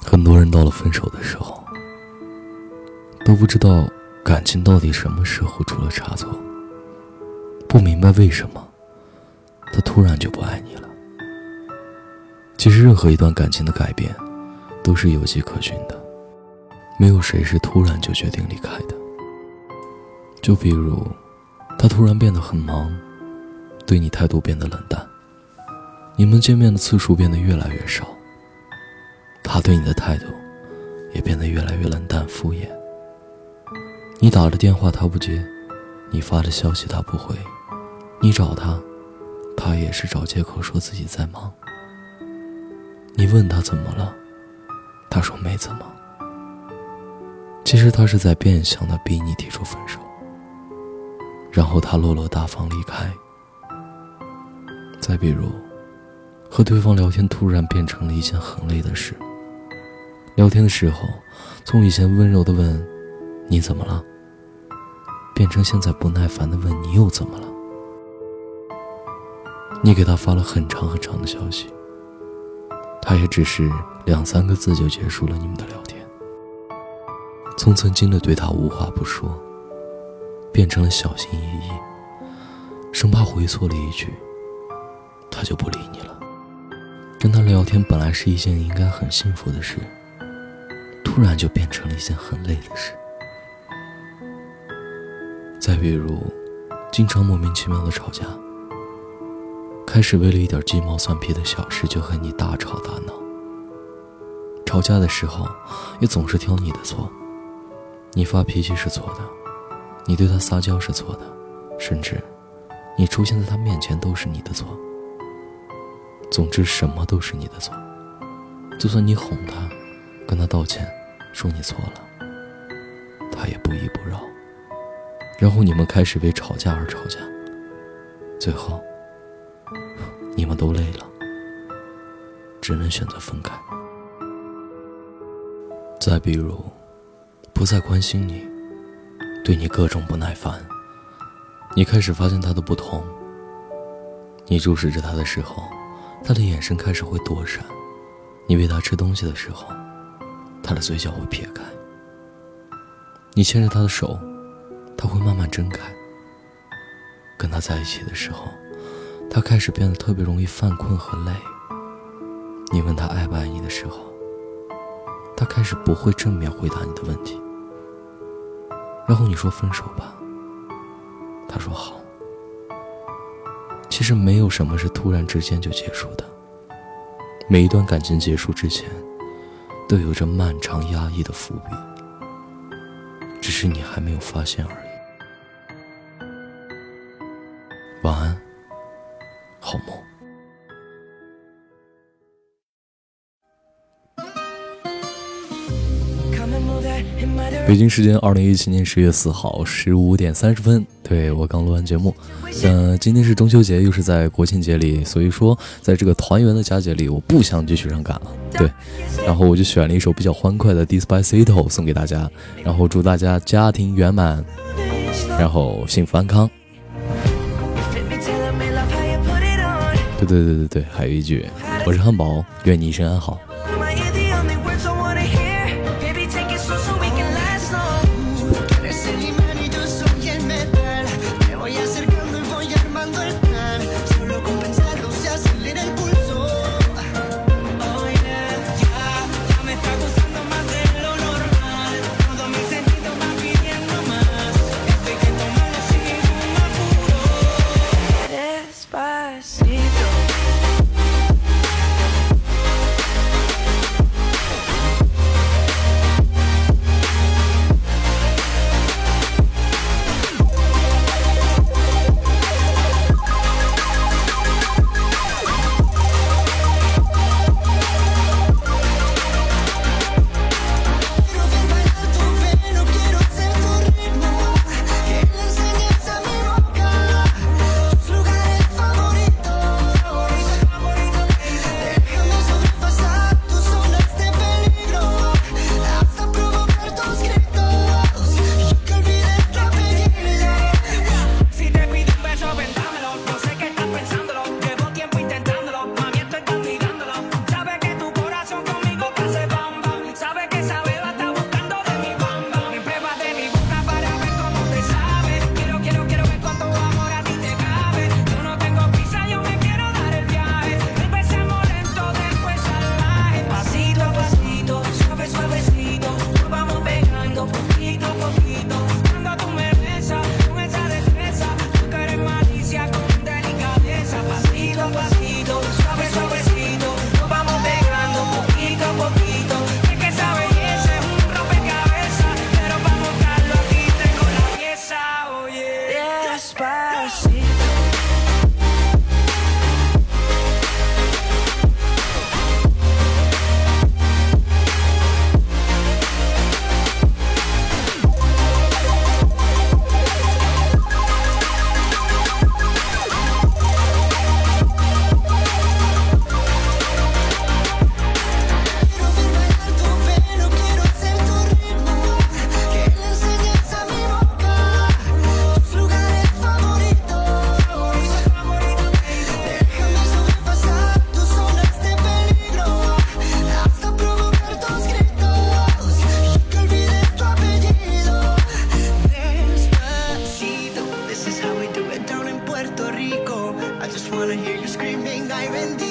很多人到了分手的时候，都不知道感情到底什么时候出了差错，不明白为什么他突然就不爱你了。其实任何一段感情的改变都是有迹可循的，没有谁是突然就决定离开的。就比如他突然变得很忙，对你态度变得冷淡，你们见面的次数变得越来越少，他对你的态度也变得越来越冷淡敷衍。你打的电话他不接，你发的消息他不回，你找他，他也是找借口说自己在忙。你问他怎么了，他说没怎么。其实他是在变相的逼你提出分手，然后他落落大方离开。再比如和对方聊天突然变成了一件很累的事，聊天的时候从以前温柔的问你怎么了，变成现在不耐烦的问你又怎么了。你给他发了很长很长的消息，他也只是2-3个字就结束了你们的聊天。从曾经的对他无话不说，变成了小心翼翼，生怕回错了一句他就不理你了。跟他聊天本来是一件应该很幸福的事，突然就变成了一件很累的事。再比如经常莫名其妙的吵架，开始为了一点鸡毛蒜皮的小事就和你大吵大闹，吵架的时候也总是挑你的错，你发脾气是错的，你对他撒娇是错的，甚至你出现在他面前都是你的错。总之什么都是你的错，就算你哄他，跟他道歉，说你错了，他也不依不饶。然后你们开始为吵架而吵架，最后你们都累了，只能选择分开。再比如不再关心你，对你各种不耐烦，你开始发现他的不同。你注视着他的时候，他的眼神开始会躲闪，你喂他吃东西的时候，他的嘴角会撇开。你牵着他的手，他会慢慢睁开。跟他在一起的时候，他开始变得特别容易犯困和累。你问他爱不爱你的时候，他开始不会正面回答你的问题。然后你说分手吧，他说好。其实没有什么是突然之间就结束的，每一段感情结束之前都有着漫长压抑的伏笔，只是你还没有发现而已。晚安，好梦。北京时间2017年10月4号15点30分，对，我刚录完节目。今天是中秋节，又是在国庆节里，所以说在这个团圆的佳节里，我不想继续伤感了。对，然后我就选了一首比较欢快的 Despacito 送给大家，然后祝大家家庭圆满，然后幸福安康。对，还有一句，我是汉堡，愿你一生安好。 在原地。